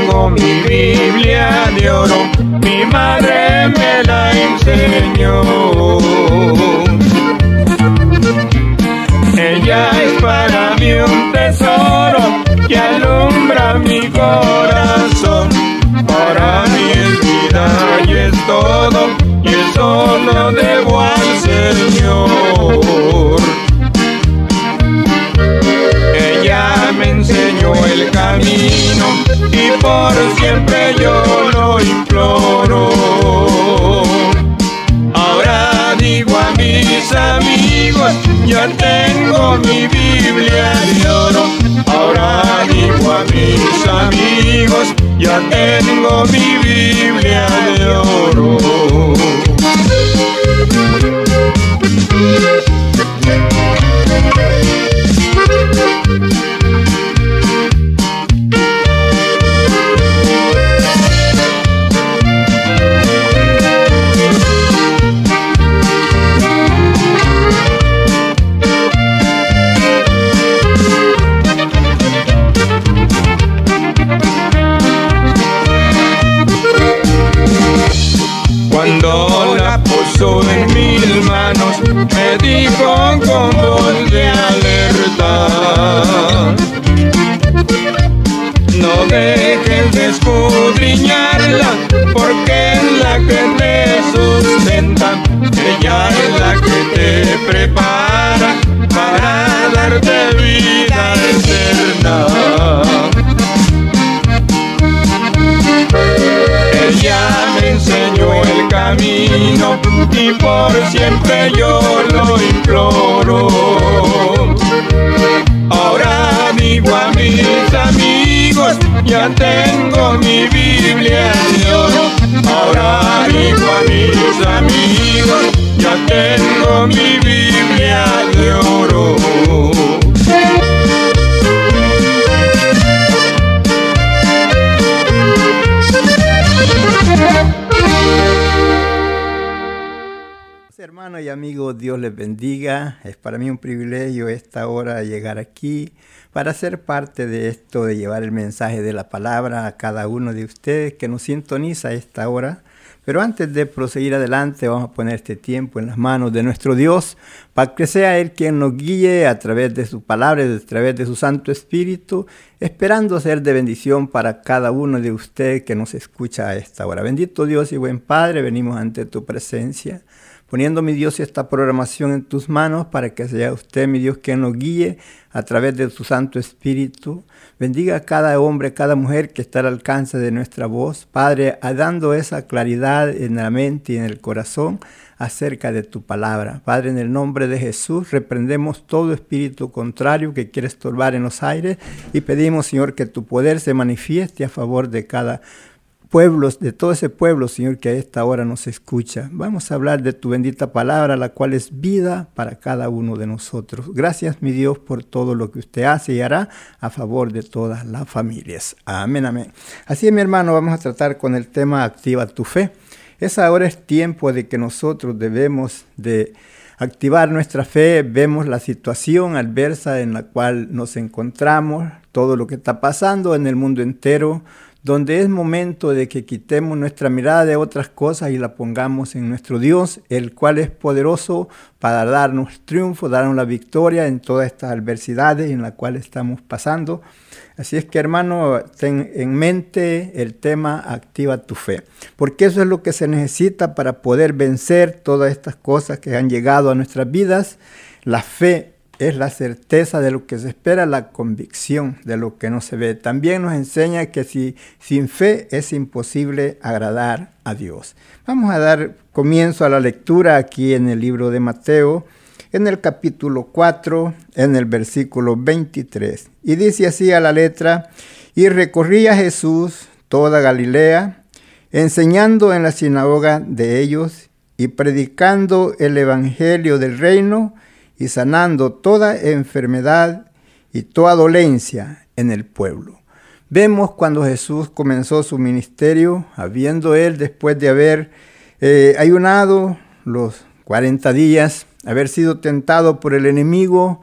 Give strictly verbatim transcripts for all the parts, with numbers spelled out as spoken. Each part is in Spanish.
tengo mi Biblia de oro, mi madre me la enseñó. Ella es para mí un tesoro que alumbra mi corazón. Para mí es vida y es todo, y eso lo debo al Señor. Ella me enseñó el camino y por siempre yo lo imploro. Ahora digo a mis amigos, yo tengo mi Biblia de oro. Ahora digo a mis amigos, yo tengo mi Biblia de oro. Cuando la puso en mis manos, me dijo con voz de alerta: no dejes de escudriñarla, porque es la que te sustenta. Ella es la que te prepara para darte vida eterna. Ella me enseñó el camino y por siempre yo lo imploro. Ahora digo a mis amigos, ya tengo mi Biblia de oro. Ahora digo a mis amigos, ya tengo mi Biblia de oro. Hermanos y amigos, Dios les bendiga. Es para mí un privilegio esta hora llegar aquí para ser parte de esto, de llevar el mensaje de la palabra a cada uno de ustedes que nos sintoniza a esta hora. Pero antes de proseguir adelante, vamos a poner este tiempo en las manos de nuestro Dios para que sea Él quien nos guíe a través de su palabra, a través de su Santo Espíritu, esperando ser de bendición para cada uno de ustedes que nos escucha a esta hora. Bendito Dios y buen Padre, venimos ante tu presencia, poniendo, mi Dios, esta programación en tus manos para que sea usted, mi Dios, quien nos guíe a través de su Santo Espíritu. Bendiga a cada hombre, cada mujer que está al alcance de nuestra voz, Padre, dando esa claridad en la mente y en el corazón acerca de tu palabra. Padre, en el nombre de Jesús, reprendemos todo espíritu contrario que quiere estorbar en los aires y pedimos, Señor, que tu poder se manifieste a favor de cada pueblos, de todo ese pueblo, Señor, que a esta hora nos escucha. Vamos a hablar de tu bendita palabra, la cual es vida para cada uno de nosotros. Gracias, mi Dios, por todo lo que usted hace y hará a favor de todas las familias. Amén, amén. Así, mi hermano, vamos a tratar con el tema Activa tu fe. Es ahora es tiempo de que nosotros debemos de activar nuestra fe. Vemos la situación adversa en la cual nos encontramos, todo lo que está pasando en el mundo entero, donde es momento de que quitemos nuestra mirada de otras cosas y la pongamos en nuestro Dios, el cual es poderoso para darnos triunfo, darnos la victoria en todas estas adversidades en las cuales estamos pasando. Así es que, hermano, ten en mente el tema Activa tu fe, porque eso es lo que se necesita para poder vencer todas estas cosas que han llegado a nuestras vidas. La fe es la certeza de lo que se espera, la convicción de lo que no se ve. También nos enseña que si, sin fe es imposible agradar a Dios. Vamos a dar comienzo a la lectura aquí en el libro de Mateo, en el capítulo cuatro, en el versículo veintitrés. Y dice así a la letra: y recorría Jesús toda Galilea, enseñando en la sinagoga de ellos y predicando el evangelio del reino y sanando toda enfermedad y toda dolencia en el pueblo. Vemos cuando Jesús comenzó su ministerio, habiendo él, después de haber eh, ayunado los cuarenta días, haber sido tentado por el enemigo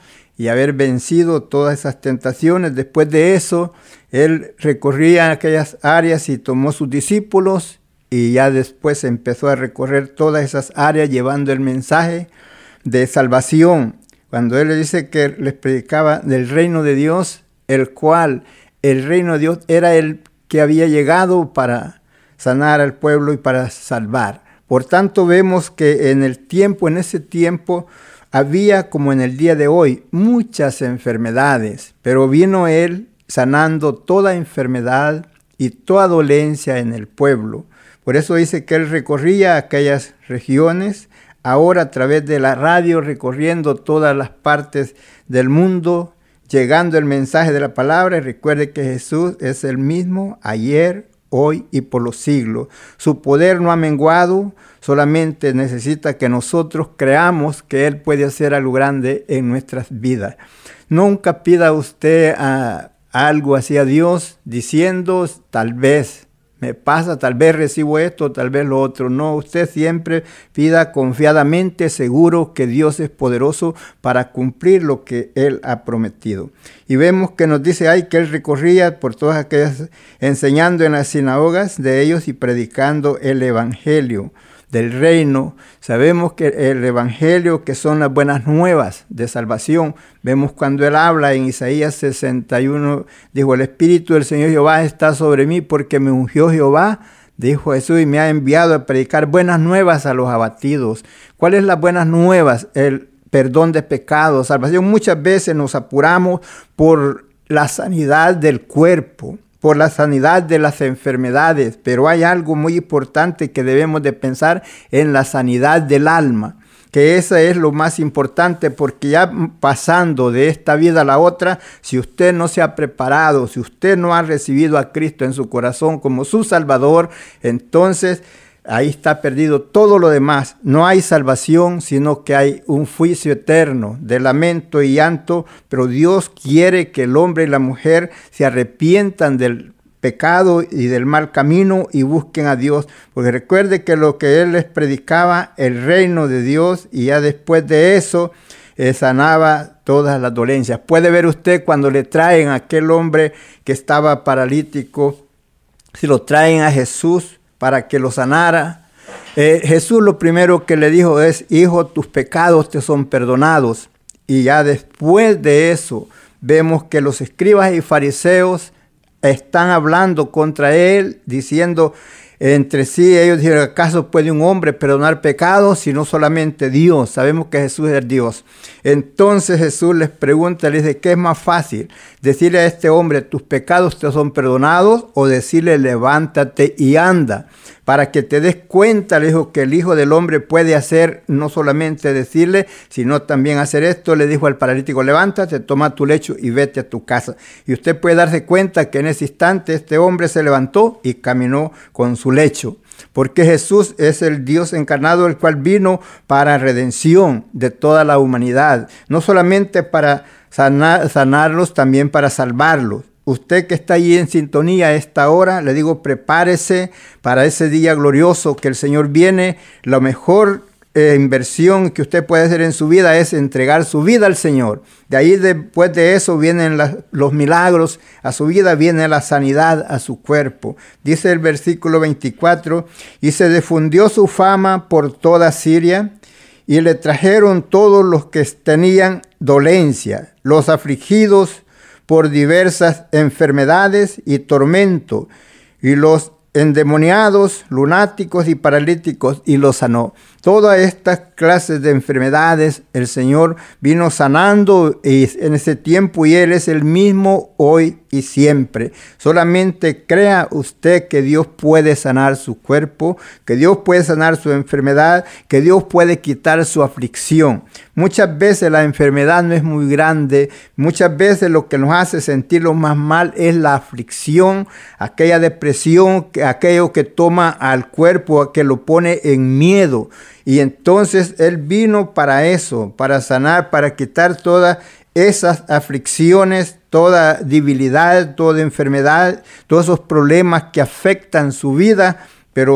y haber vencido todas esas tentaciones. Después de eso, él recorría aquellas áreas y tomó sus discípulos y ya después empezó a recorrer todas esas áreas llevando el mensaje de salvación. Cuando él le dice que les predicaba del reino de Dios, el cual el reino de Dios era el que había llegado para sanar al pueblo y para salvar. Por tanto, vemos que en el tiempo, en ese tiempo, había, como en el día de hoy, muchas enfermedades, pero vino él sanando toda enfermedad y toda dolencia en el pueblo. Por eso dice que él recorría aquellas regiones, ahora a través de la radio, recorriendo todas las partes del mundo, llegando el mensaje de la palabra. Y recuerde que Jesús es el mismo ayer, hoy y por los siglos. Su poder no ha menguado, solamente necesita que nosotros creamos que Él puede hacer algo grande en nuestras vidas. Nunca pida usted a, a algo así a Dios diciendo, tal vez me pasa, tal vez recibo esto, tal vez lo otro. No, usted siempre pida confiadamente, seguro que Dios es poderoso para cumplir lo que Él ha prometido. Y vemos que nos dice ahí que Él recorría por todas aquellas, enseñando en las sinagogas de ellos y predicando el evangelio del reino. Sabemos que el evangelio, que son las buenas nuevas de salvación, vemos cuando él habla en Isaías sesenta y uno, dijo, el Espíritu del Señor Jehová está sobre mí porque me ungió Jehová, dijo Jesús, y me ha enviado a predicar buenas nuevas a los abatidos. ¿Cuáles las buenas nuevas? El perdón de pecados, salvación. Muchas veces nos apuramos por la sanidad del cuerpo, por la sanidad de las enfermedades, pero hay algo muy importante que debemos de pensar en la sanidad del alma, que eso es lo más importante, porque ya pasando de esta vida a la otra, si usted no se ha preparado, si usted no ha recibido a Cristo en su corazón como su Salvador, entonces ahí está perdido todo lo demás. No hay salvación, sino que hay un juicio eterno de lamento y llanto, pero Dios quiere que el hombre y la mujer se arrepientan del pecado y del mal camino y busquen a Dios, porque recuerde que lo que Él les predicaba, el reino de Dios, y ya después de eso eh, sanaba todas las dolencias. Puede ver usted cuando le traen a aquel hombre que estaba paralítico, si lo traen a Jesús para que lo sanara. Eh, Jesús lo primero que le dijo es, hijo, tus pecados te son perdonados. Y ya después de eso, vemos que los escribas y fariseos están hablando contra él, diciendo entre sí, ellos dijeron, ¿acaso puede un hombre perdonar pecados si no solamente Dios? Sabemos que Jesús es Dios. Entonces Jesús les pregunta, les dice, ¿qué es más fácil? ¿Decirle a este hombre, tus pecados te son perdonados? ¿O decirle, levántate y anda? Para que te des cuenta, le dijo, que el Hijo del Hombre puede hacer, no solamente decirle, sino también hacer esto. Le dijo al paralítico, levántate, toma tu lecho y vete a tu casa. Y usted puede darse cuenta que en ese instante este hombre se levantó y caminó con su lecho. Porque Jesús es el Dios encarnado, el cual vino para redención de toda la humanidad. No solamente para sanar, sanarlos, también para salvarlos. Usted que está ahí en sintonía a esta hora, le digo, prepárese para ese día glorioso que el Señor viene. La mejor eh, inversión que usted puede hacer en su vida es entregar su vida al Señor. De ahí, después de eso, vienen las, los milagros a su vida, viene la sanidad a su cuerpo. Dice el versículo veinticuatro, y se difundió su fama por toda Siria, y le trajeron todos los que tenían dolencia, los afligidos por diversas enfermedades y tormento, y los endemoniados, lunáticos y paralíticos, y los sanó. Todas estas clases de enfermedades el Señor vino sanando en ese tiempo, y Él es el mismo hoy y siempre. Solamente crea usted que Dios puede sanar su cuerpo, que Dios puede sanar su enfermedad, que Dios puede quitar su aflicción. Muchas veces la enfermedad no es muy grande, muchas veces lo que nos hace sentirlo más mal es la aflicción, aquella depresión, aquello que toma al cuerpo, que lo pone en miedo. Y entonces Él vino para eso, para sanar, para quitar todas esas aflicciones, toda debilidad, toda enfermedad, todos esos problemas que afectan su vida, pero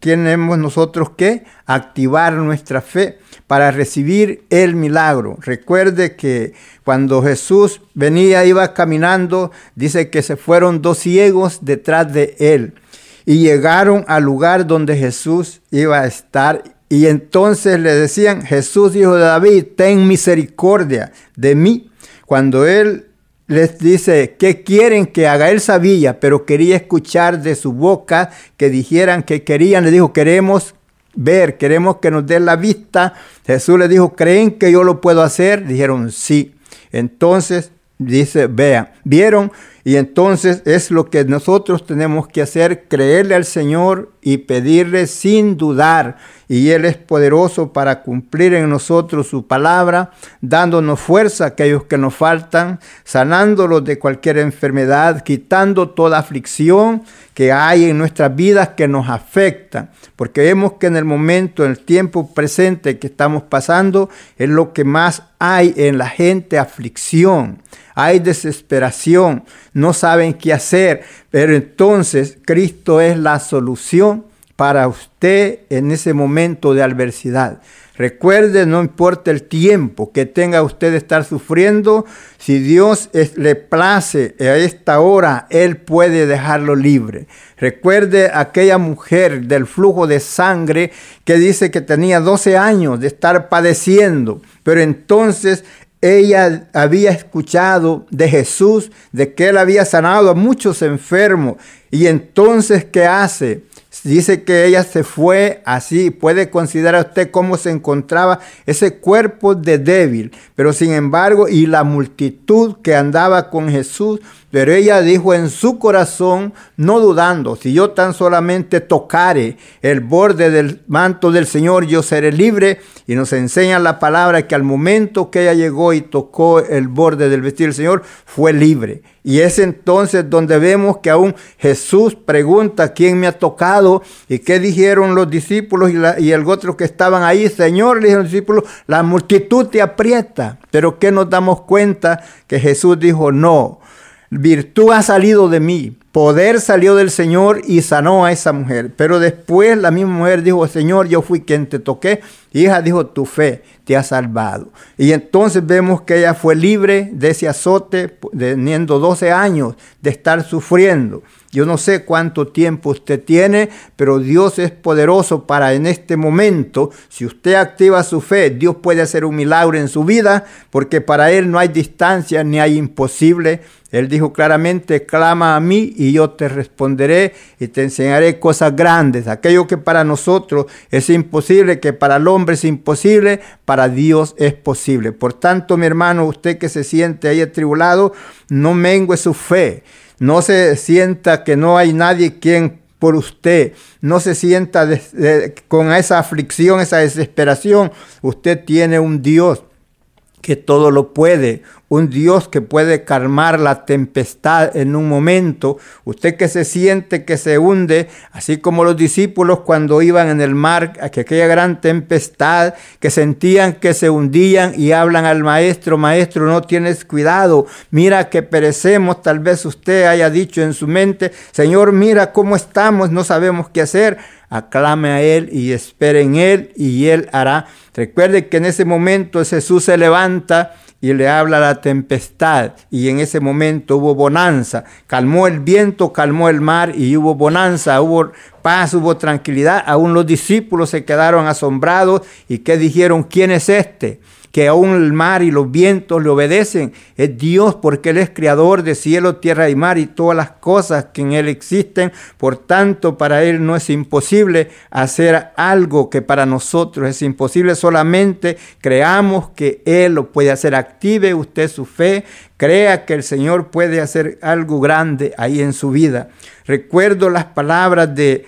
tenemos nosotros que activar nuestra fe para recibir el milagro. Recuerde que cuando Jesús venía, iba caminando, dice que se fueron dos ciegos detrás de él y llegaron al lugar donde Jesús iba a estar. Y entonces le decían: Jesús, hijo de David, ten misericordia de mí. Cuando él les dice, ¿qué quieren que haga? Él sabía, pero quería escuchar de su boca que dijeran que querían. Le dijo: queremos ver, queremos que nos den la vista. Jesús le dijo: ¿creen que yo lo puedo hacer? Dijeron: sí. Entonces dice: vean, vieron. Y entonces es lo que nosotros tenemos que hacer: creerle al Señor y pedirle sin dudar. Y Él es poderoso para cumplir en nosotros su palabra, dándonos fuerza a aquellos que nos faltan, sanándolos de cualquier enfermedad, quitando toda aflicción que hay en nuestras vidas que nos afecta. Porque vemos que en el momento, en el tiempo presente que estamos pasando, es lo que más hay en la gente: aflicción. Hay desesperación, no saben qué hacer, pero entonces Cristo es la solución para usted en ese momento de adversidad. Recuerde, no importa el tiempo que tenga usted de estar sufriendo, si Dios es, le place a esta hora, Él puede dejarlo libre. Recuerde aquella mujer del flujo de sangre que dice que tenía doce años de estar padeciendo, pero entonces ella había escuchado de Jesús, de que Él había sanado a muchos enfermos. Y entonces, ¿qué hace? Dice que ella se fue así. Puede considerar usted cómo se encontraba ese cuerpo de débil. Pero sin embargo, y la multitud que andaba con Jesús, pero ella dijo en su corazón, no dudando: si yo tan solamente tocare el borde del manto del Señor, yo seré libre. Y nos enseña la palabra que al momento que ella llegó y tocó el borde del vestido del Señor, fue libre. Y es entonces donde vemos que aún Jesús pregunta: ¿quién me ha tocado? ¿Y qué dijeron los discípulos y, la, y el otro que estaban ahí? Señor, le dijeron los discípulos, la multitud te aprieta. Pero ¿qué nos damos cuenta? Que Jesús dijo: no, virtud ha salido de mí, poder salió del Señor y sanó a esa mujer. Pero después la misma mujer dijo: Señor, yo fui quien te toqué. Hija, dijo, tu fe te ha salvado. Y entonces vemos que ella fue libre de ese azote, teniendo doce años de estar sufriendo. Yo no sé cuánto tiempo usted tiene, pero Dios es poderoso para en este momento, si usted activa su fe, Dios puede hacer un milagro en su vida, porque para Él no hay distancia ni hay imposible. Él dijo claramente: clama a mí y yo te responderé y te enseñaré cosas grandes. Aquello que para nosotros es imposible, que para el hombre es imposible, para Dios es posible. Por tanto, mi hermano, usted que se siente ahí atribulado, no mengue su fe. No se sienta que no hay nadie quien por usted. No se sienta de, de, con esa aflicción, esa desesperación. Usted tiene un Dios que todo lo puede, un Dios que puede calmar la tempestad en un momento. Usted que se siente que se hunde, así como los discípulos cuando iban en el mar, que aquella gran tempestad, que sentían que se hundían y hablan al maestro: maestro, no tienes cuidado, mira que perecemos. Tal vez usted haya dicho en su mente: Señor, mira cómo estamos, no sabemos qué hacer. Aclame a Él y espere en Él y Él hará. Recuerde que en ese momento Jesús se levanta y le habla a la tempestad, y en ese momento hubo bonanza. Calmó el viento, calmó el mar y hubo bonanza, hubo paz, hubo tranquilidad. Aún los discípulos se quedaron asombrados y que dijeron: ¿quién es este que aún el mar y los vientos le obedecen? Es Dios, porque Él es creador de cielo, tierra y mar y todas las cosas que en Él existen. Por tanto, para Él no es imposible hacer algo que para nosotros es imposible. Solamente creamos que Él lo puede hacer. Active usted su fe, crea que el Señor puede hacer algo grande ahí en su vida. Recuerdo las palabras de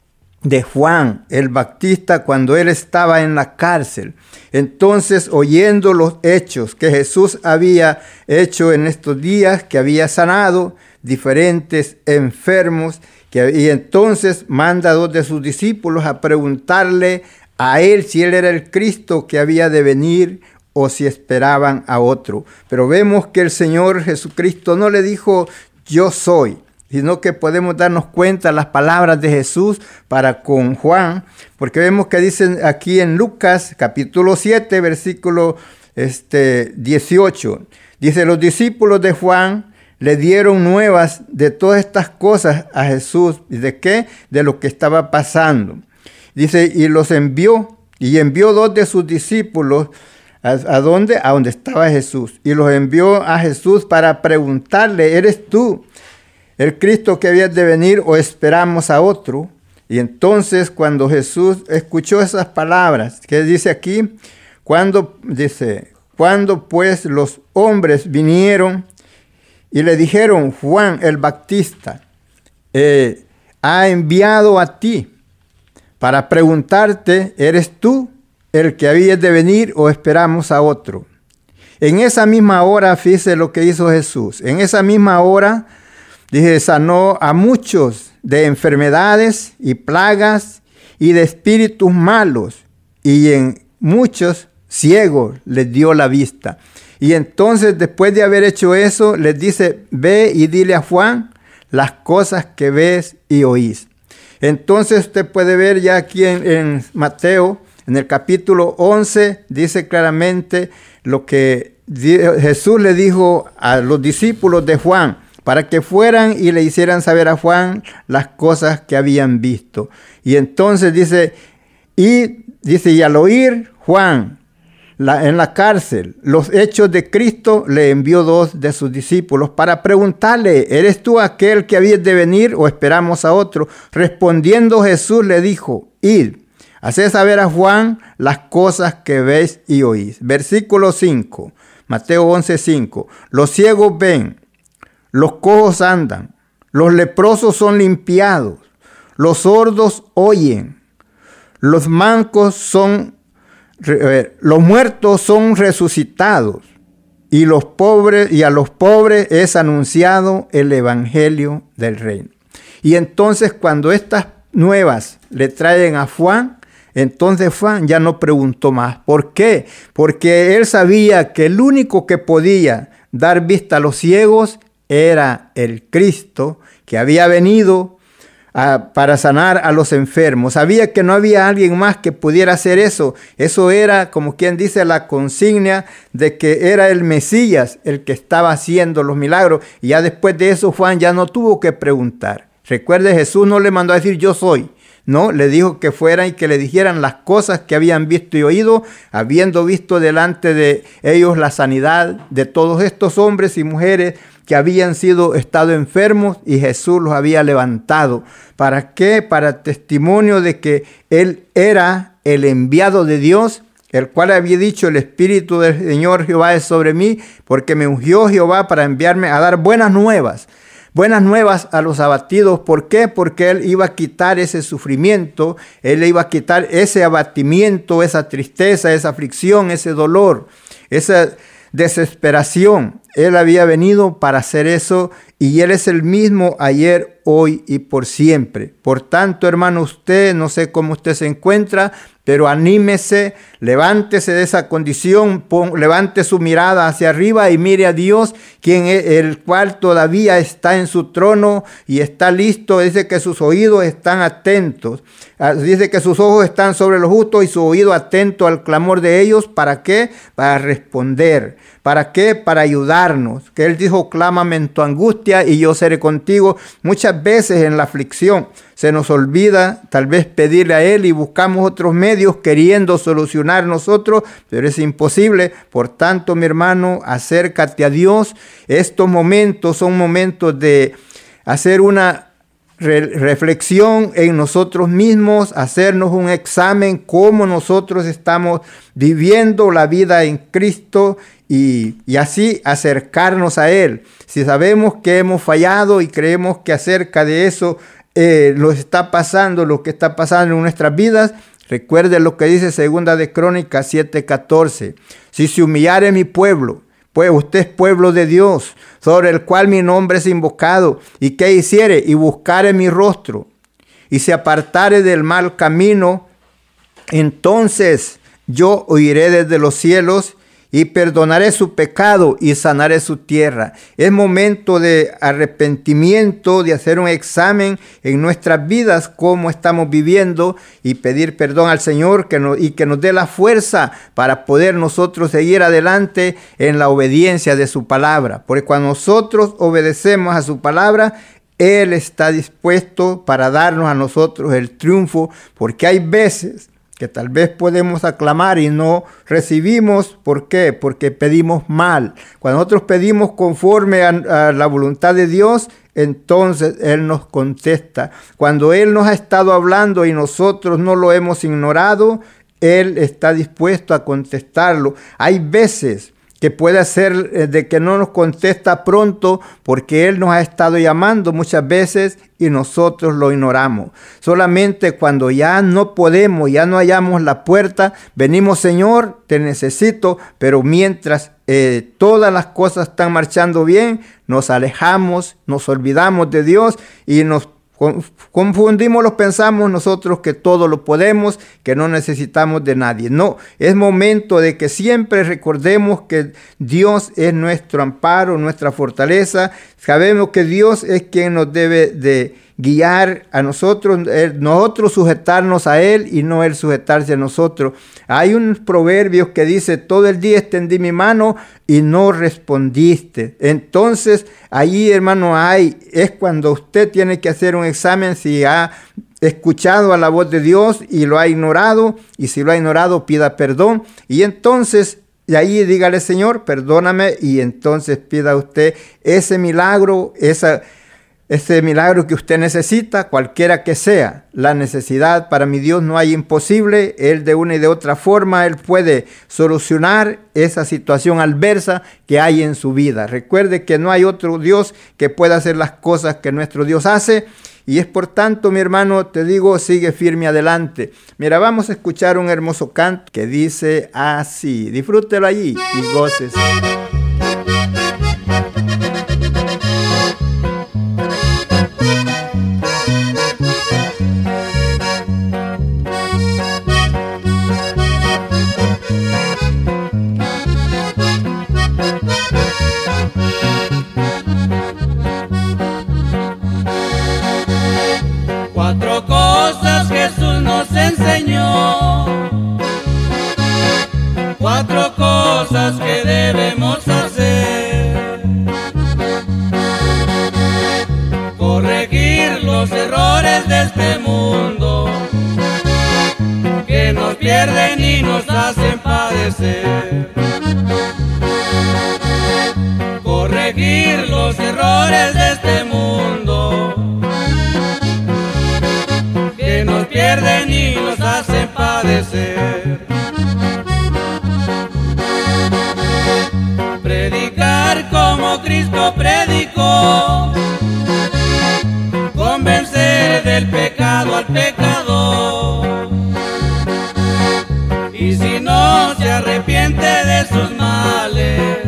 de Juan el Bautista cuando él estaba en la cárcel. Entonces, oyendo los hechos que Jesús había hecho en estos días, que había sanado diferentes enfermos, que, y entonces manda a dos de sus discípulos a preguntarle a él si él era el Cristo que había de venir o si esperaban a otro. Pero vemos que el Señor Jesucristo no le dijo: yo soy. sino que podemos darnos cuenta de las palabras de Jesús para con Juan, porque vemos que dicen aquí en Lucas capítulo siete, versículo este, dieciocho, dice: los discípulos de Juan le dieron nuevas de todas estas cosas a Jesús. ¿Y de qué? De lo que estaba pasando. Dice, y los envió, y envió dos de sus discípulos. ¿A, a dónde? A donde estaba Jesús. Y los envió a Jesús para preguntarle: ¿eres tú el Cristo que habías de venir o esperamos a otro? Y entonces cuando Jesús escuchó esas palabras, ¿qué dice aquí? Cuando, dice, cuando pues los hombres vinieron y le dijeron: Juan el Bautista eh, ha enviado a ti para preguntarte: ¿eres tú el que habías de venir o esperamos a otro? En esa misma hora, fíjese lo que hizo Jesús. En esa misma hora, dije, sanó a muchos de enfermedades y plagas y de espíritus malos, y en muchos ciegos les dio la vista. Y entonces, después de haber hecho eso, les dice: ve y dile a Juan las cosas que ves y oís. Entonces usted puede ver ya aquí en, en Mateo, en el capítulo once, dice claramente lo que Jesús le dijo a los discípulos de Juan, para que fueran y le hicieran saber a Juan las cosas que habían visto. Y entonces dice, y dice, y al oír Juan la, en la cárcel los hechos de Cristo, le envió dos de sus discípulos para preguntarle: ¿eres tú aquel que habías de venir o esperamos a otro? Respondiendo Jesús le dijo: id, haced saber a Juan las cosas que veis y oís. Versículo cinco, Mateo once, cinco. Los ciegos ven, los cojos andan, los leprosos son limpiados, los sordos oyen, los mancos son, eh, los muertos son resucitados, y los pobres, y a los pobres es anunciado el evangelio del reino. Y entonces cuando estas nuevas le traen a Juan, entonces Juan ya no preguntó más. ¿Por qué? Porque él sabía que el único que podía dar vista a los ciegos era el Cristo, que había venido a, para sanar a los enfermos. Sabía que no había alguien más que pudiera hacer eso. Eso era, como quien dice, la consigna de que era el Mesías el que estaba haciendo los milagros. Y ya después de eso Juan ya no tuvo que preguntar. Recuerde, Jesús no le mandó a decir: yo soy. No, le dijo que fueran y que le dijeran las cosas que habían visto y oído, habiendo visto delante de ellos la sanidad de todos estos hombres y mujeres que habían sido estado enfermos, y Jesús los había levantado. ¿Para qué? Para testimonio de que Él era el enviado de Dios, el cual había dicho: el Espíritu del Señor Jehová es sobre mí, porque me ungió Jehová para enviarme a dar buenas nuevas. Buenas nuevas a los abatidos. ¿Por qué? Porque Él iba a quitar ese sufrimiento, Él iba a quitar ese abatimiento, esa tristeza, esa aflicción, ese dolor, esa desesperación. Él había venido para hacer eso, y Él es el mismo ayer, hoy y por siempre. Por tanto, hermano, usted, no sé cómo usted se encuentra, pero anímese, levántese de esa condición, pon, levante su mirada hacia arriba y mire a Dios, quien es, el cual todavía está en su trono y está listo. Dice que sus oídos están atentos. Dice que sus ojos están sobre los justos y su oído atento al clamor de ellos. ¿Para qué? Para responder. ¿Para qué? Para ayudarnos. Que Él dijo: clámame en tu angustia y yo seré contigo. Muchas veces en la aflicción se nos olvida tal vez pedirle a Él y buscamos otros medios queriendo solucionar nosotros, pero es imposible. Por tanto, mi hermano, acércate a Dios. Estos momentos son momentos de hacer una Re- reflexión en nosotros mismos, hacernos un examen cómo nosotros estamos viviendo la vida en Cristo, y, y así acercarnos a Él. Si sabemos que hemos fallado y creemos que acerca de eso eh, lo está pasando, lo que está pasando en nuestras vidas, recuerde lo que dice Segunda de Crónicas siete catorce. Si se humillare mi pueblo, pues usted es pueblo de Dios, sobre el cual mi nombre es invocado, y que hiciere y buscare mi rostro, y se apartare del mal camino, entonces yo oiré desde los cielos y perdonaré su pecado y sanaré su tierra. Es momento de arrepentimiento, de hacer un examen en nuestras vidas, cómo estamos viviendo, y pedir perdón al Señor que nos, y que nos dé la fuerza para poder nosotros seguir adelante en la obediencia de su palabra. Porque cuando nosotros obedecemos a su palabra, Él está dispuesto para darnos a nosotros el triunfo, porque hay veces que tal vez podemos aclamar y no recibimos. ¿Por qué? Porque pedimos mal. Cuando nosotros pedimos conforme a, a la voluntad de Dios, entonces Él nos contesta. Cuando Él nos ha estado hablando y nosotros no lo hemos ignorado, Él está dispuesto a contestarlo. Hay veces que puede ser de que no nos contesta pronto porque Él nos ha estado llamando muchas veces y nosotros lo ignoramos. Solamente cuando ya no podemos, ya no hallamos la puerta, venimos: Señor, te necesito. Pero mientras eh, todas las cosas están marchando bien, nos alejamos, nos olvidamos de Dios y nos confundimos, los pensamos nosotros que todo lo podemos, que no necesitamos de nadie. No, es momento de que siempre recordemos que Dios es nuestro amparo, nuestra fortaleza. Sabemos que Dios es quien nos debe de guiar a nosotros, nosotros sujetarnos a Él y no Él sujetarse a nosotros. Hay un proverbio que dice: todo el día extendí mi mano y no respondiste. Entonces, allí, hermano, hay, es cuando usted tiene que hacer un examen si ha escuchado a la voz de Dios y lo ha ignorado, y si lo ha ignorado, pida perdón. Y entonces, y ahí dígale: Señor, perdóname, y entonces pida usted ese milagro, esa Ese milagro que usted necesita, cualquiera que sea la necesidad. Para mi Dios no hay imposible. Él de una y de otra forma, Él puede solucionar esa situación adversa que hay en su vida. Recuerde que no hay otro Dios que pueda hacer las cosas que nuestro Dios hace. Y es por tanto, mi hermano, te digo, sigue firme adelante. Mira, vamos a escuchar un hermoso canto que dice así. Disfrútelo allí y goces. Cuatro cosas Jesús nos enseñó, cuatro cosas que debemos hacer: corregir los errores de este mundo que nos pierden y nos hacen padecer. Corregir los errores de este mundo que nos pierden y nos hacen padecer. Predicar como Cristo predicó, convencer del pecado al pecador, y si no se arrepiente de sus males,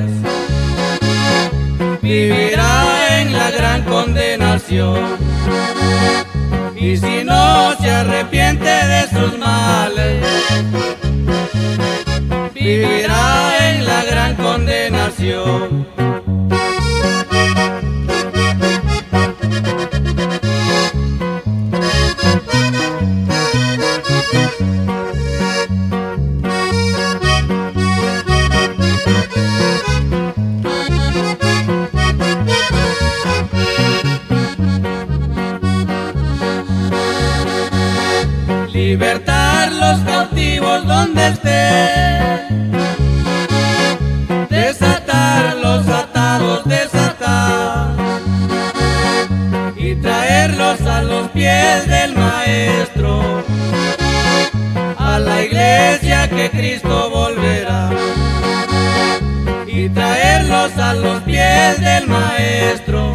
vivirá en la gran condenación. Y si no se arrepiente de sus males, vivirá en la gran condenación. Libertar los cautivos donde estén, desatar los atados, desatar, y traerlos a los pies del Maestro, a la iglesia que Cristo volverá. Y traerlos a los pies del Maestro,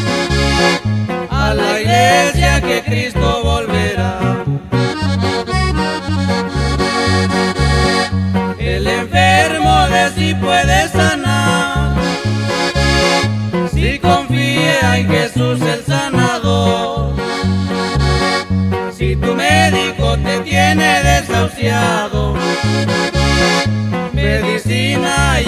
a la iglesia que Cristo volverá. El enfermo de sí puede sanar si confía en Jesús el sanador. Si tu médico te tiene desahuciado, medicina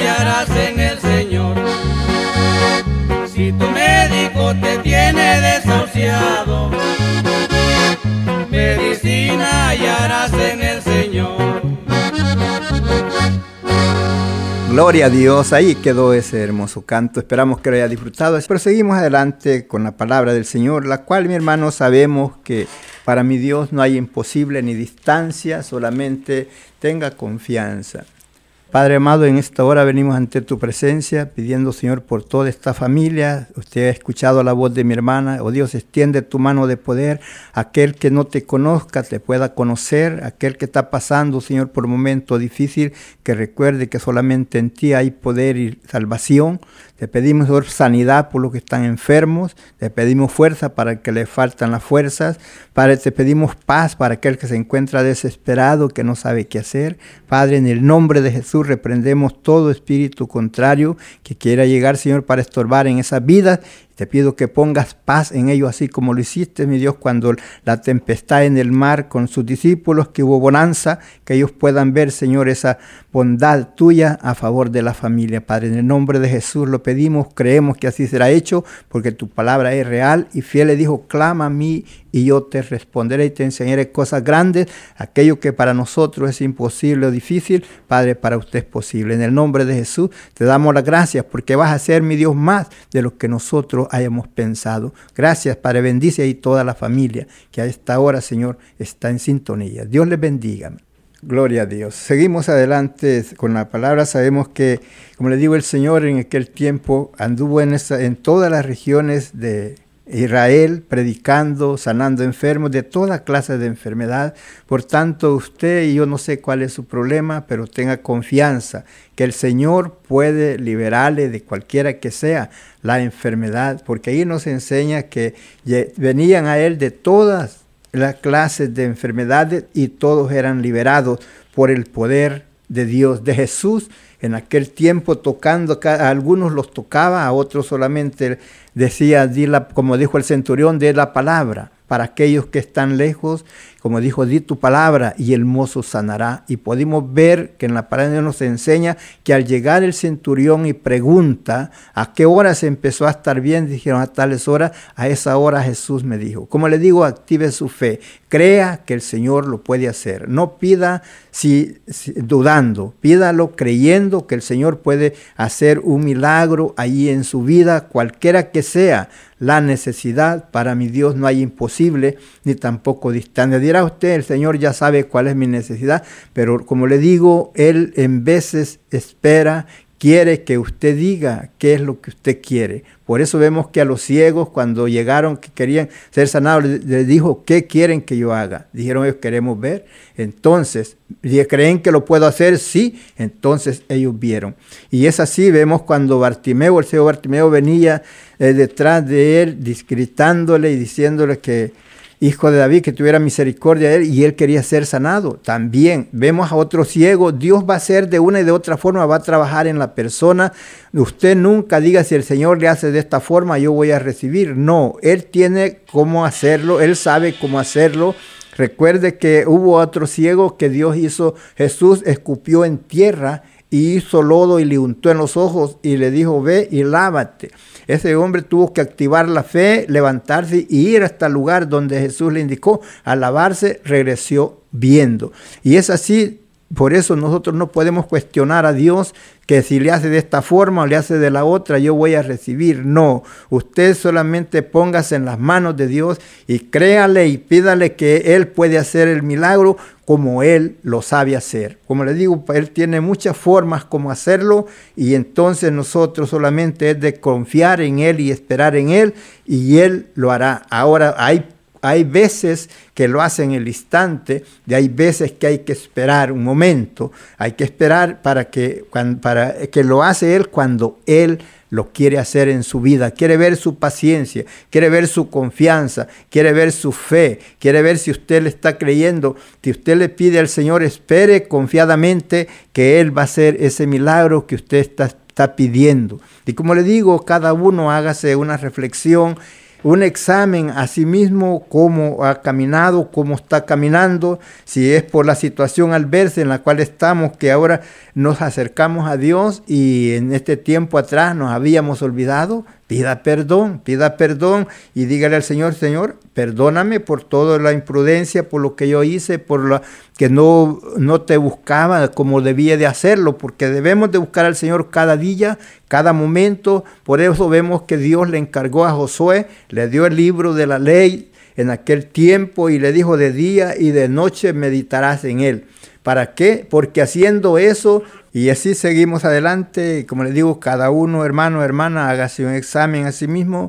Gloria a Dios, ahí quedó ese hermoso canto, esperamos que lo haya disfrutado. Pero seguimos adelante con la palabra del Señor, la cual, mi hermano, sabemos que para mi Dios no hay imposible ni distancia, solamente tenga confianza. Padre amado, en esta hora venimos ante tu presencia, pidiendo, Señor, por toda esta familia. Usted ha escuchado la voz de mi hermana. Oh Dios, extiende tu mano de poder. Aquel que no te conozca, te pueda conocer. Aquel que está pasando, Señor, por un momento difícil, que recuerde que solamente en ti hay poder y salvación. Te pedimos, Señor, sanidad por los que están enfermos. Te pedimos fuerza para el que le faltan las fuerzas. Padre, te pedimos paz para aquel que se encuentra desesperado, que no sabe qué hacer. Padre, en el nombre de Jesús, reprendemos todo espíritu contrario que quiera llegar, Señor, para estorbar en esa vida. Te pido que pongas paz en ellos, así como lo hiciste, mi Dios, cuando la tempestad en el mar con sus discípulos, que hubo bonanza, que ellos puedan ver, Señor, esa bondad tuya a favor de la familia. Padre, en el nombre de Jesús lo pedimos, creemos que así será hecho, porque tu palabra es real y fiel. Le dijo, clama a mí y yo te responderé y te enseñaré cosas grandes. Aquello que para nosotros es imposible o difícil, Padre, para usted es posible. En el nombre de Jesús te damos las gracias, porque vas a ser, mi Dios, más de lo que nosotros hayamos pensado. Gracias, Padre, bendice ahí toda la familia que a esta hora, Señor, está en sintonía. Dios les bendiga. Gloria a Dios. Seguimos adelante con la palabra. Sabemos que, como le digo, el Señor en aquel tiempo anduvo en, esa, en todas las regiones de Israel, predicando, sanando enfermos de toda clase de enfermedad. Por tanto, usted y yo no sé cuál es su problema, pero tenga confianza que el Señor puede liberarle de cualquiera que sea la enfermedad, porque ahí nos enseña que venían a Él de todas las clases de enfermedades y todos eran liberados por el poder de Dios, de Jesús. En aquel tiempo tocando, a algunos los tocaba, a otros solamente decía, di la, como dijo el centurión, de la palabra. Para aquellos que están lejos, como dijo, di tu palabra y el mozo sanará. Y podemos ver que en la palabra nos enseña que al llegar el centurión y pregunta a qué hora se empezó a estar bien, dijeron a tales horas, a esa hora Jesús me dijo. Como le digo, active su fe, crea que el Señor lo puede hacer. No pida si, si, dudando, pídalo creyendo que el Señor puede hacer un milagro allí en su vida, cualquiera que sea la necesidad. Para mi Dios no hay imposible ni tampoco distante. Dirá usted, el Señor ya sabe cuál es mi necesidad, pero como le digo, Él en veces espera, quiere que usted diga qué es lo que usted quiere. Por eso vemos que a los ciegos, cuando llegaron que querían ser sanados, les dijo, ¿qué quieren que yo haga? Dijeron, ellos queremos ver. Entonces, ¿creen que lo puedo hacer? Sí. Entonces ellos vieron. Y es así, vemos cuando Bartimeo, el ciego Bartimeo, venía eh, detrás de él, gritándole y diciéndole que, hijo de David, que tuviera misericordia de él, y él quería ser sanado. También vemos a otro ciego. Dios va a hacer de una y de otra forma, va a trabajar en la persona. Usted nunca diga, si el Señor le hace de esta forma, yo voy a recibir. No, Él tiene cómo hacerlo, Él sabe cómo hacerlo. Recuerde que hubo otro ciego que Dios hizo, Jesús escupió en tierra y hizo lodo y le untó en los ojos y le dijo, ve y lávate. Ese hombre tuvo que activar la fe, levantarse y ir hasta el lugar donde Jesús le indicó. Al lavarse, regresó viendo. Y es así, por eso nosotros no podemos cuestionar a Dios que si le hace de esta forma o le hace de la otra, yo voy a recibir. No, usted solamente póngase en las manos de Dios y créale y pídale que Él puede hacer el milagro como Él lo sabe hacer. Como le digo, Él tiene muchas formas como hacerlo y entonces nosotros solamente es de confiar en Él y esperar en Él y Él lo hará. Ahora hay Hay veces que lo hace en el instante y hay veces que hay que esperar un momento. Hay que esperar para que, para que lo hace Él cuando Él lo quiere hacer en su vida. Quiere ver su paciencia, quiere ver su confianza, quiere ver su fe, quiere ver si usted le está creyendo. Si usted le pide al Señor, espere confiadamente que Él va a hacer ese milagro que usted está, está pidiendo. Y como le digo, cada uno hágase una reflexión, un examen a sí mismo, cómo ha caminado, cómo está caminando, si es por la situación adversa en la cual estamos, que ahora nos acercamos a Dios y en este tiempo atrás nos habíamos olvidado, pida perdón, pida perdón y dígale al Señor, Señor, perdóname por toda la imprudencia, por lo que yo hice, por lo que no, no te buscaba como debía de hacerlo, porque debemos de buscar al Señor cada día, cada momento. Por eso vemos que Dios le encargó a Josué, le dio el libro de la ley en aquel tiempo y le dijo: de día y de noche meditarás en él. ¿Para qué? Porque haciendo eso, y así seguimos adelante, como les digo, cada uno, hermano, hermana, hágase un examen a sí mismo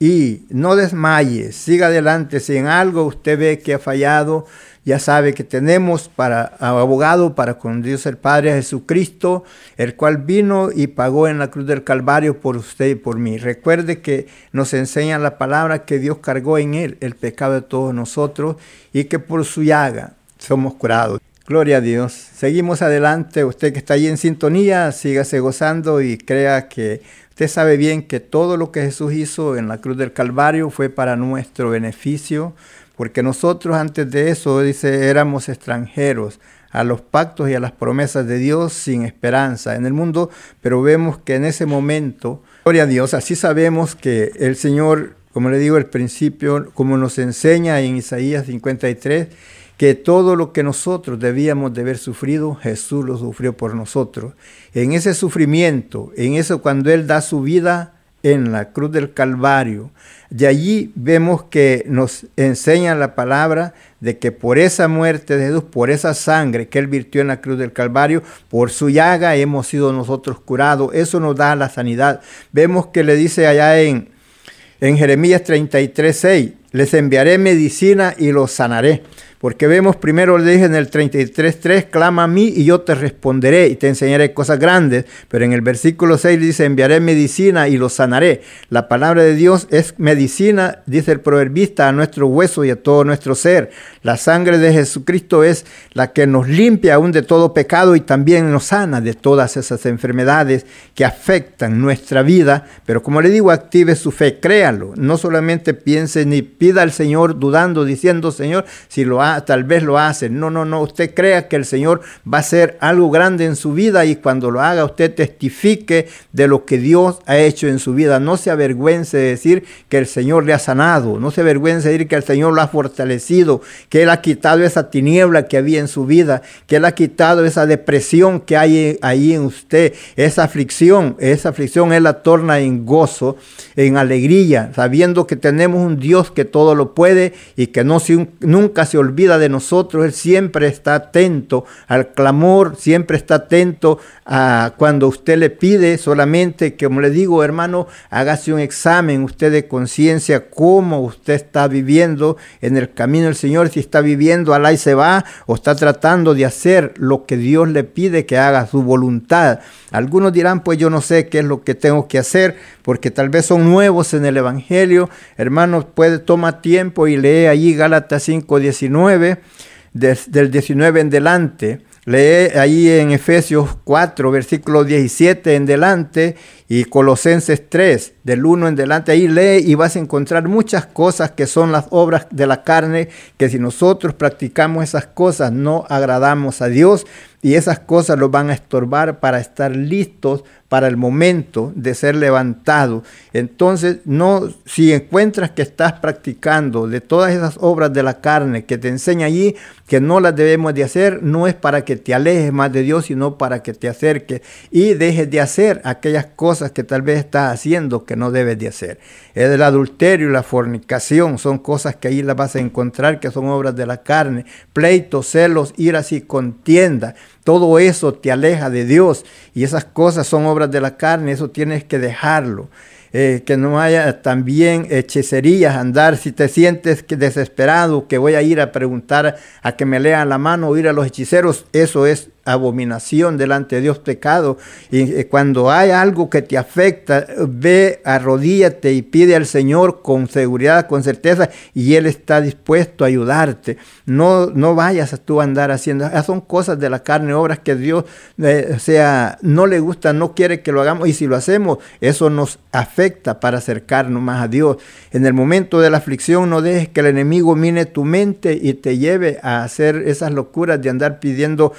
y no desmaye, siga adelante. Si en algo usted ve que ha fallado, ya sabe que tenemos para abogado para con Dios el Padre, a Jesucristo, el cual vino y pagó en la cruz del Calvario por usted y por mí. Recuerde que nos enseña la palabra que Dios cargó en él el pecado de todos nosotros y que por su llaga somos curados. Gloria a Dios. Seguimos adelante. Usted que está ahí en sintonía, sígase gozando y crea que usted sabe bien que todo lo que Jesús hizo en la cruz del Calvario fue para nuestro beneficio, porque nosotros antes de eso, dice, éramos extranjeros a los pactos y a las promesas de Dios, sin esperanza en el mundo, pero vemos que en ese momento, gloria a Dios, así sabemos que el Señor, como le digo al principio, como nos enseña en Isaías cincuenta y tres, que todo lo que nosotros debíamos de haber sufrido, Jesús lo sufrió por nosotros. En ese sufrimiento, en eso cuando Él da su vida en la cruz del Calvario, de allí vemos que nos enseña la palabra de que por esa muerte de Jesús, por esa sangre que Él virtió en la cruz del Calvario, por su llaga hemos sido nosotros curados. Eso nos da la sanidad. Vemos que le dice allá en, en Jeremías treinta y tres, seis, les enviaré medicina y los sanaré. Porque vemos, primero le dije en el treinta y tres, tres, clama a mí y yo te responderé y te enseñaré cosas grandes. Pero en el versículo seis dice, enviaré medicina y los sanaré. La palabra de Dios es medicina, dice el proverbista, a nuestro hueso y a todo nuestro ser. La sangre de Jesucristo es la que nos limpia aún de todo pecado y también nos sana de todas esas enfermedades que afectan nuestra vida. Pero como le digo, active su fe, créalo. No solamente piense ni pida al Señor dudando, diciendo, Señor, si lo ha tal vez lo hace. No, no, no. Usted crea que el Señor va a hacer algo grande en su vida y cuando lo haga usted testifique de lo que Dios ha hecho en su vida. No se avergüence de decir que el Señor le ha sanado. No se avergüence de decir que el Señor lo ha fortalecido, que Él ha quitado esa tiniebla que había en su vida, que Él ha quitado esa depresión que hay ahí en usted, esa aflicción. Esa aflicción Él la torna en gozo, en alegría, sabiendo que tenemos un Dios que todo lo puede y que no se, nunca se olvida de nosotros. Él siempre está atento al clamor, siempre está atento a cuando usted le pide. Solamente, como le digo, hermano, hágase un examen usted de conciencia, cómo usted está viviendo en el camino del Señor, si está viviendo al ahí se va o está tratando de hacer lo que Dios le pide que haga, su voluntad. Algunos dirán, pues yo no sé qué es lo que tengo que hacer, porque tal vez son nuevos en el Evangelio. Hermanos, puede tomar tiempo y lee allí Gálatas cinco diecinueve, des, del diecinueve en delante. Lee ahí en Efesios cuatro, versículo diecisiete en delante, y Colosenses tres, del uno en delante. Ahí lee y vas a encontrar muchas cosas que son las obras de la carne, que si nosotros practicamos esas cosas no agradamos a Dios, y esas cosas los van a estorbar para estar listos para el momento de ser levantados. Entonces, no, si encuentras que estás practicando de todas esas obras de la carne que te enseña allí, que no las debemos de hacer, no es para que te alejes más de Dios, sino para que te acerques y dejes de hacer aquellas cosas que tal vez estás haciendo que no debes de hacer. Es el adulterio y la fornicación, son cosas que ahí las vas a encontrar que son obras de la carne. Pleitos, celos, iras y contienda. Todo eso te aleja de Dios y esas cosas son obras de la carne, eso tienes que dejarlo. Eh, que no haya también hechicerías, andar si te sientes que desesperado, que voy a ir a preguntar a que me lean la mano o ir a los hechiceros, eso es abominación delante de Dios, pecado. Y eh, cuando hay algo que te afecta, ve, arrodíllate y pide al Señor con seguridad, con certeza, y Él está dispuesto a ayudarte. No, no vayas a tú a andar haciendo, esas son cosas de la carne, obras que Dios eh, o sea, no le gusta, no quiere que lo hagamos, y si lo hacemos, eso nos afecta para acercarnos más a Dios. En el momento de la aflicción, no dejes que el enemigo mine tu mente y te lleve a hacer esas locuras de andar pidiendo eh,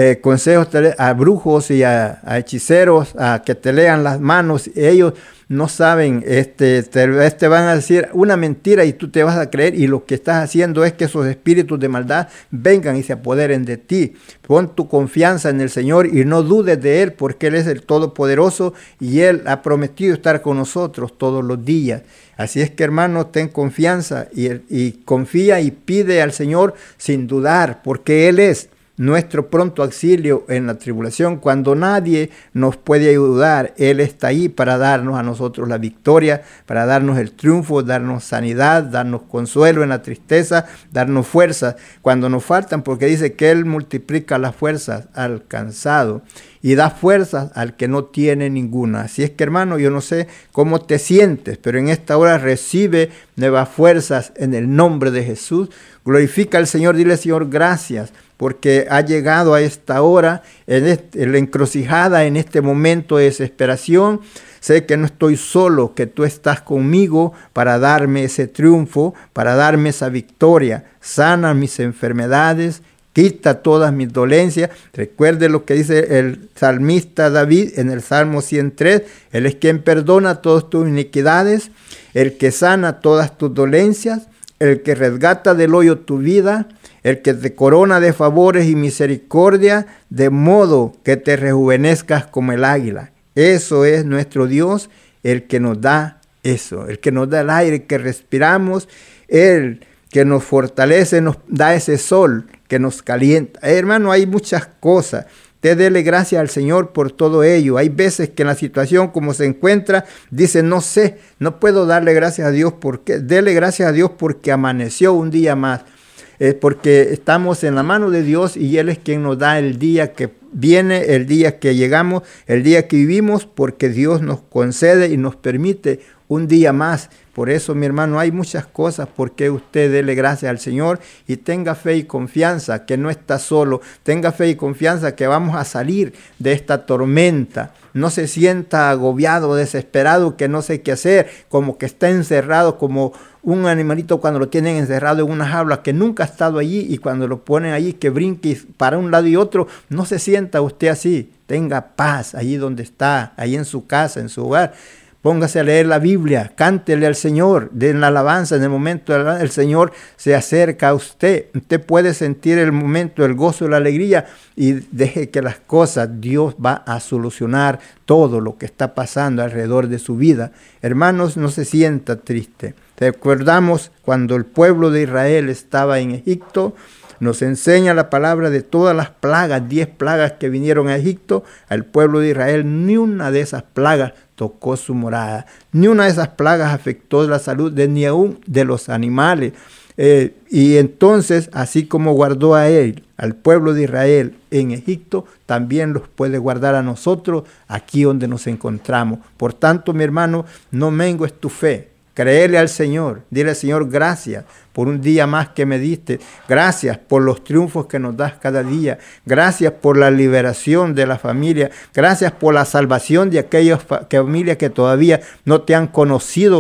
eh, consejos a brujos y a, a hechiceros a que te lean las manos. Ellos no saben, este, te, te van a decir una mentira y tú te vas a creer, y lo que estás haciendo es que esos espíritus de maldad vengan y se apoderen de ti. Pon tu confianza en el Señor y no dudes de Él, porque Él es el Todopoderoso y Él ha prometido estar con nosotros todos los días. Así es que, hermano, ten confianza y, y confía y pide al Señor sin dudar, porque Él es nuestro pronto auxilio en la tribulación. Cuando nadie nos puede ayudar, Él está ahí para darnos a nosotros la victoria, para darnos el triunfo, darnos sanidad, darnos consuelo en la tristeza, darnos fuerzas cuando nos faltan, porque dice que Él multiplica las fuerzas al cansado y da fuerzas al que no tiene ninguna. Así es que, hermano, yo no sé cómo te sientes, pero en esta hora recibe nuevas fuerzas en el nombre de Jesús. Glorifica al Señor, dile: Señor, gracias, porque ha llegado a esta hora, en, este, en la encrucijada, en este momento de desesperación. Sé que no estoy solo, que tú estás conmigo para darme ese triunfo, para darme esa victoria. Sana mis enfermedades, quita todas mis dolencias. Recuerde lo que dice el salmista David en el Salmo ciento tres. Él es quien perdona todas tus iniquidades, el que sana todas tus dolencias, el que resgata del hoyo tu vida, el que te corona de favores y misericordia, de modo que te rejuvenezcas como el águila. Eso es nuestro Dios, el que nos da eso, el que nos da el aire que respiramos, el que nos fortalece, nos da ese sol que nos calienta. Eh, hermano, hay muchas cosas. Te dele gracias al Señor por todo ello. Hay veces que en la situación como se encuentra, dice: no sé, no puedo darle gracias a Dios. ¿Por qué? Dele gracias a Dios porque amaneció un día más. Es porque estamos en la mano de Dios y Él es quien nos da el día que viene, el día que llegamos, el día que vivimos, porque Dios nos concede y nos permite un día más. Por eso, mi hermano, hay muchas cosas por que usted dele gracias al Señor y tenga fe y confianza que no está solo. Tenga fe y confianza que vamos a salir de esta tormenta. No se sienta agobiado, desesperado, que no sé qué hacer, como que está encerrado, como un animalito cuando lo tienen encerrado en una jaula que nunca ha estado allí, y cuando lo ponen allí que brinque para un lado y otro. No se sienta usted así. Tenga paz allí donde está, ahí en su casa, en su hogar. Póngase a leer la Biblia, cántele al Señor, den la alabanza. En el momento de la alabanza, el Señor se acerca a usted. Usted puede sentir el momento, el gozo, la alegría, y deje que las cosas, Dios va a solucionar todo lo que está pasando alrededor de su vida. Hermanos, no se sienta triste. Recordamos cuando el pueblo de Israel estaba en Egipto. Nos enseña la palabra de todas las plagas, diez plagas que vinieron a Egipto. Al pueblo de Israel ni una de esas plagas tocó su morada. Ni una de esas plagas afectó la salud de ni aún de los animales. Eh, y entonces, así como guardó a él, al pueblo de Israel en Egipto, también los puede guardar a nosotros aquí donde nos encontramos. Por tanto, mi hermano, no mengues tu fe. Créele al Señor. Dile: Señor, gracias por un día más que me diste. Gracias por los triunfos que nos das cada día. Gracias por la liberación de la familia. Gracias por la salvación de aquellas familias que todavía no te han conocido.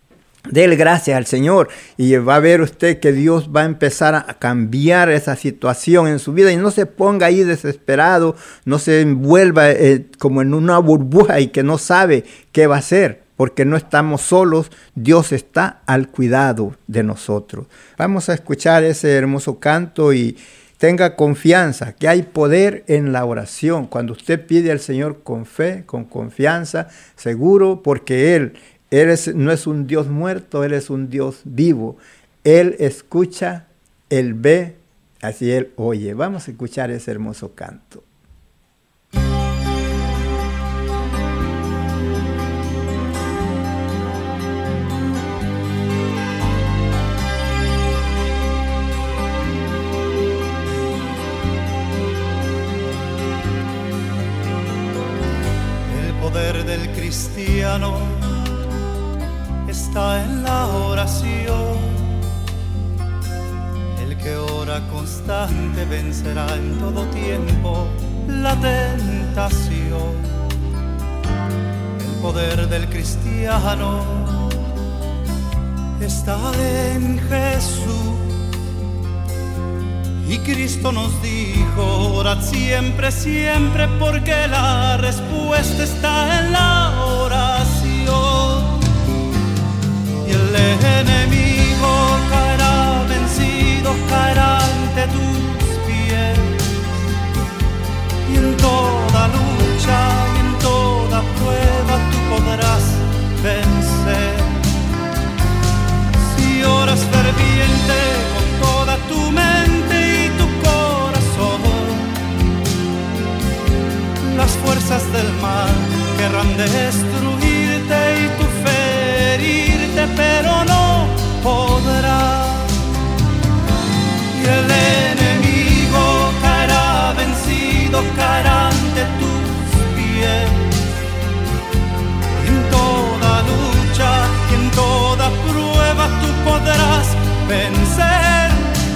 Dele gracias al Señor y va a ver usted que Dios va a empezar a cambiar esa situación en su vida, y no se ponga ahí desesperado, no se envuelva eh, como en una burbuja y que no sabe qué va a hacer. Porque no estamos solos, Dios está al cuidado de nosotros. Vamos a escuchar ese hermoso canto y tenga confianza que hay poder en la oración. Cuando usted pide al Señor con fe, con confianza, seguro, porque Él, Él es, no es un Dios muerto, Él es un Dios vivo. Él escucha, Él ve, así Él oye. Vamos a escuchar ese hermoso canto. Del cristiano está en la oración. El que ora constante vencerá en todo tiempo la tentación. El poder del cristiano está en Jesús, Y Cristo nos dijo, orad siempre, siempre, porque la respuesta está en la oración. Y el enemigo caerá vencido, caerá ante tus pies. Y en toda lucha y en toda prueba tú podrás vencer. Si oras ferviente con toda tu mente y tu corazón, las fuerzas del mal querrán destruirte y tu fe herirte, pero no podrá. Y el enemigo caerá vencido, caerá ante tus pies. Y en toda lucha y en toda prueba tú podrás vencer.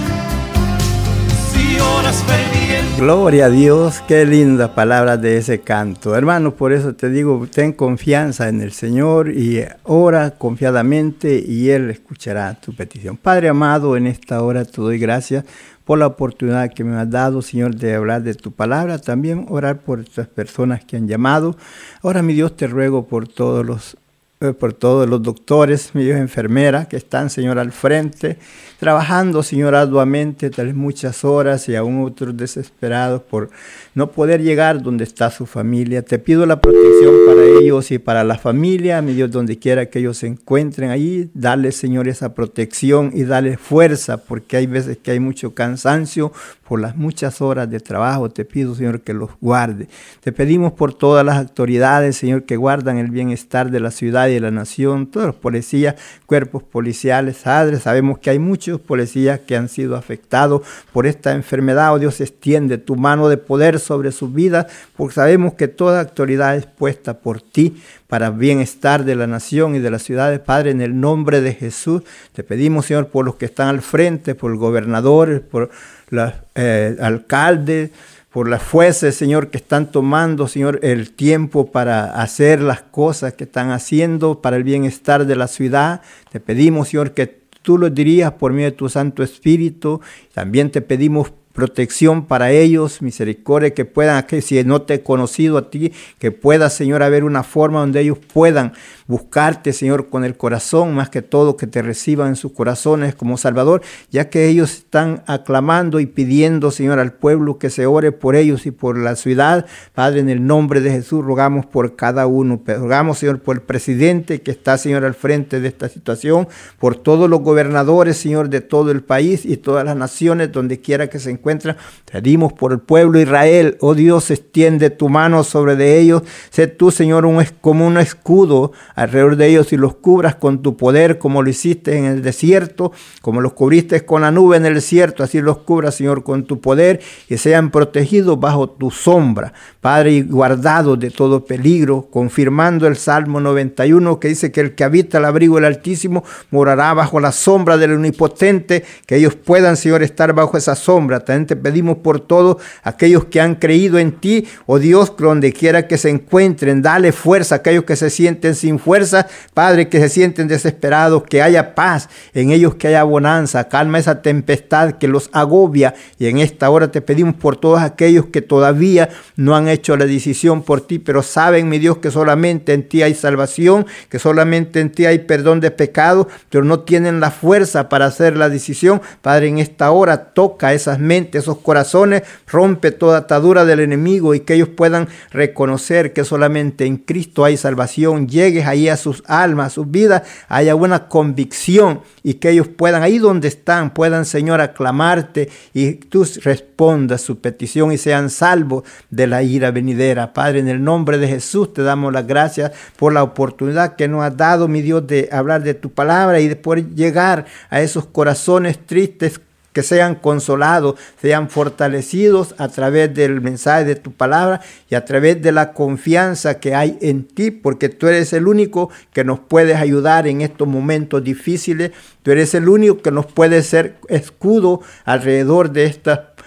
Si oras ferviente. Gloria a Dios, qué linda palabra de ese canto. Hermano, por eso te digo, ten confianza en el Señor y ora confiadamente y Él escuchará tu petición. Padre amado, en esta hora te doy gracias por la oportunidad que me has dado, Señor, de hablar de tu palabra. También orar por estas personas que han llamado. Ahora, mi Dios, te ruego por todos los por todos los doctores, mi Dios, enfermeras que están, Señor, al frente, trabajando, Señor, arduamente, tal vez muchas horas y aún otros desesperados por no poder llegar donde está su familia. Te pido la protección para ellos y para la familia, mi Dios, donde quiera que ellos se encuentren ahí. Dale, Señor, esa protección y dale fuerza, porque hay veces que hay mucho cansancio por las muchas horas de trabajo. Te pido, Señor, que los guarde. Te pedimos por todas las autoridades, Señor, que guardan el bienestar de la ciudad y de la nación, todos los policías, cuerpos policiales, padres. Sabemos que hay muchos policías que han sido afectados por esta enfermedad. Oh Dios, extiende tu mano de poder sobre sus vidas, porque sabemos que toda autoridad es puesta por ti para bienestar de la nación y de las ciudades. Padre, en el nombre de Jesús, te pedimos, Señor, por los que están al frente, por el gobernador, por los eh, alcaldes, por las jueces, Señor, que están tomando, Señor, el tiempo para hacer las cosas que están haciendo para el bienestar de la ciudad. Te pedimos, Señor, que tú los dirías por medio de tu Santo Espíritu. También te pedimos protección para ellos, misericordia, que puedan, que si no te he conocido a ti, que pueda, Señor, haber una forma donde ellos puedan buscarte, Señor, con el corazón, más que todo que te reciban en sus corazones como Salvador, ya que ellos están aclamando y pidiendo, Señor, al pueblo que se ore por ellos y por la ciudad. Padre, en el nombre de Jesús, rogamos por cada uno, rogamos, Señor, por el presidente que está, Señor, al frente de esta situación, por todos los gobernadores, Señor, de todo el país y todas las naciones, donde quiera que se encuentren. Pedimos por el pueblo de Israel. Oh Dios, extiende tu mano sobre de ellos. Sé tú, Señor, un, como un escudo alrededor de ellos y los cubras con tu poder, como lo hiciste en el desierto, como los cubriste con la nube en el desierto, así los cubras, Señor, con tu poder y sean protegidos bajo tu sombra, Padre, y guardados de todo peligro, confirmando el Salmo noventa y uno que dice que el que habita el abrigo del Altísimo morará bajo la sombra del Omnipotente, que ellos puedan, Señor, estar bajo esa sombra. También te pedimos por todos aquellos que han creído en ti, oh Dios, donde quiera que se encuentren, dale fuerza a aquellos que se sienten sin fuerza, Padre, que se sienten desesperados, que haya paz en ellos, que haya bonanza, calma esa tempestad que los agobia. Y en esta hora te pedimos por todos aquellos que todavía no han hecho la decisión por ti, pero saben, mi Dios, que solamente en ti hay salvación, que solamente en ti hay perdón de pecados, pero no tienen la fuerza para hacer la decisión. Padre, en esta hora toca esas mentes, esos corazones, rompe toda atadura del enemigo y que ellos puedan reconocer que solamente en Cristo hay salvación. Llegues ahí a sus almas, a sus vidas, haya una convicción y que ellos puedan, ahí donde están, puedan, Señor, aclamarte y tú respondas su petición y sean salvos de la ira venidera. Padre, en el nombre de Jesús te damos las gracias por la oportunidad que nos has dado, mi Dios, de hablar de tu palabra y de poder llegar a esos corazones tristes, que sean consolados, sean fortalecidos a través del mensaje de tu palabra y a través de la confianza que hay en ti, porque tú eres el único que nos puedes ayudar en estos momentos difíciles. Tú eres el único que nos puede ser escudo alrededor de estas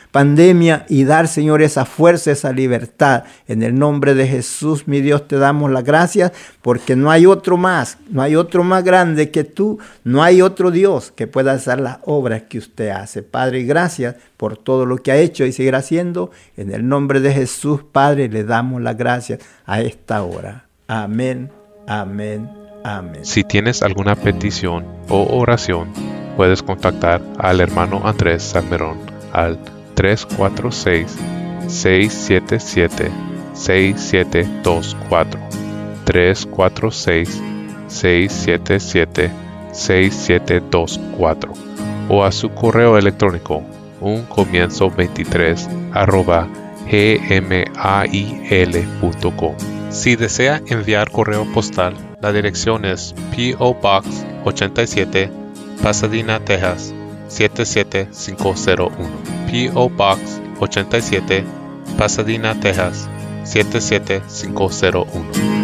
pandemia y dar, Señor, esa fuerza, esa libertad. En el nombre de Jesús, mi Dios, te damos las gracias porque no hay otro más, no hay otro más grande que tú, no hay otro Dios que pueda hacer las obras que usted hace. Padre, gracias por todo lo que ha hecho y seguirá haciendo. En el nombre de Jesús, Padre, le damos las gracias a esta hora. Amén, amén, amén. Si tienes alguna petición o oración, puedes contactar al hermano Andrés Salmerón al tres cuatro seis, seis siete siete, seis siete dos cuatro, tres cuatro seis, seis siete siete, seis siete dos cuatro, o a su correo electrónico un comienzo veintitrés arroba gmail punto com. Si desea enviar correo postal, la dirección es P O Box ochenta y siete, Pasadena, Texas siete siete cinco cero uno. P O Box ochenta y siete, Pasadena, Texas siete siete cinco cero uno.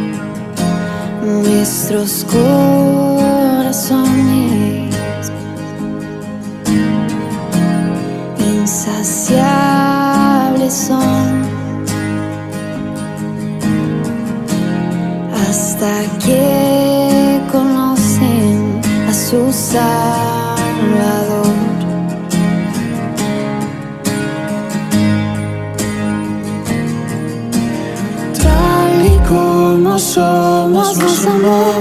Nuestros corazones insaciables son hasta que conocen a su Salvador. Tal y como somos, nos amó.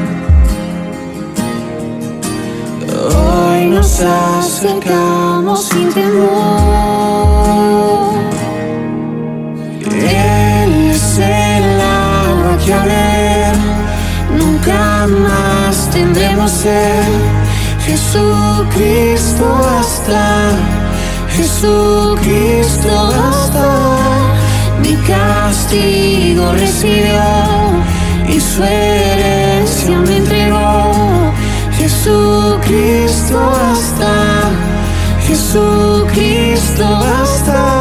Hoy nos acercamos sin temor. Él es el agua que a beber nunca más tendremos sed. Jesucristo basta, Jesucristo basta. Mi castigo recibió y su herencia me entregó. Jesucristo basta, Jesucristo basta.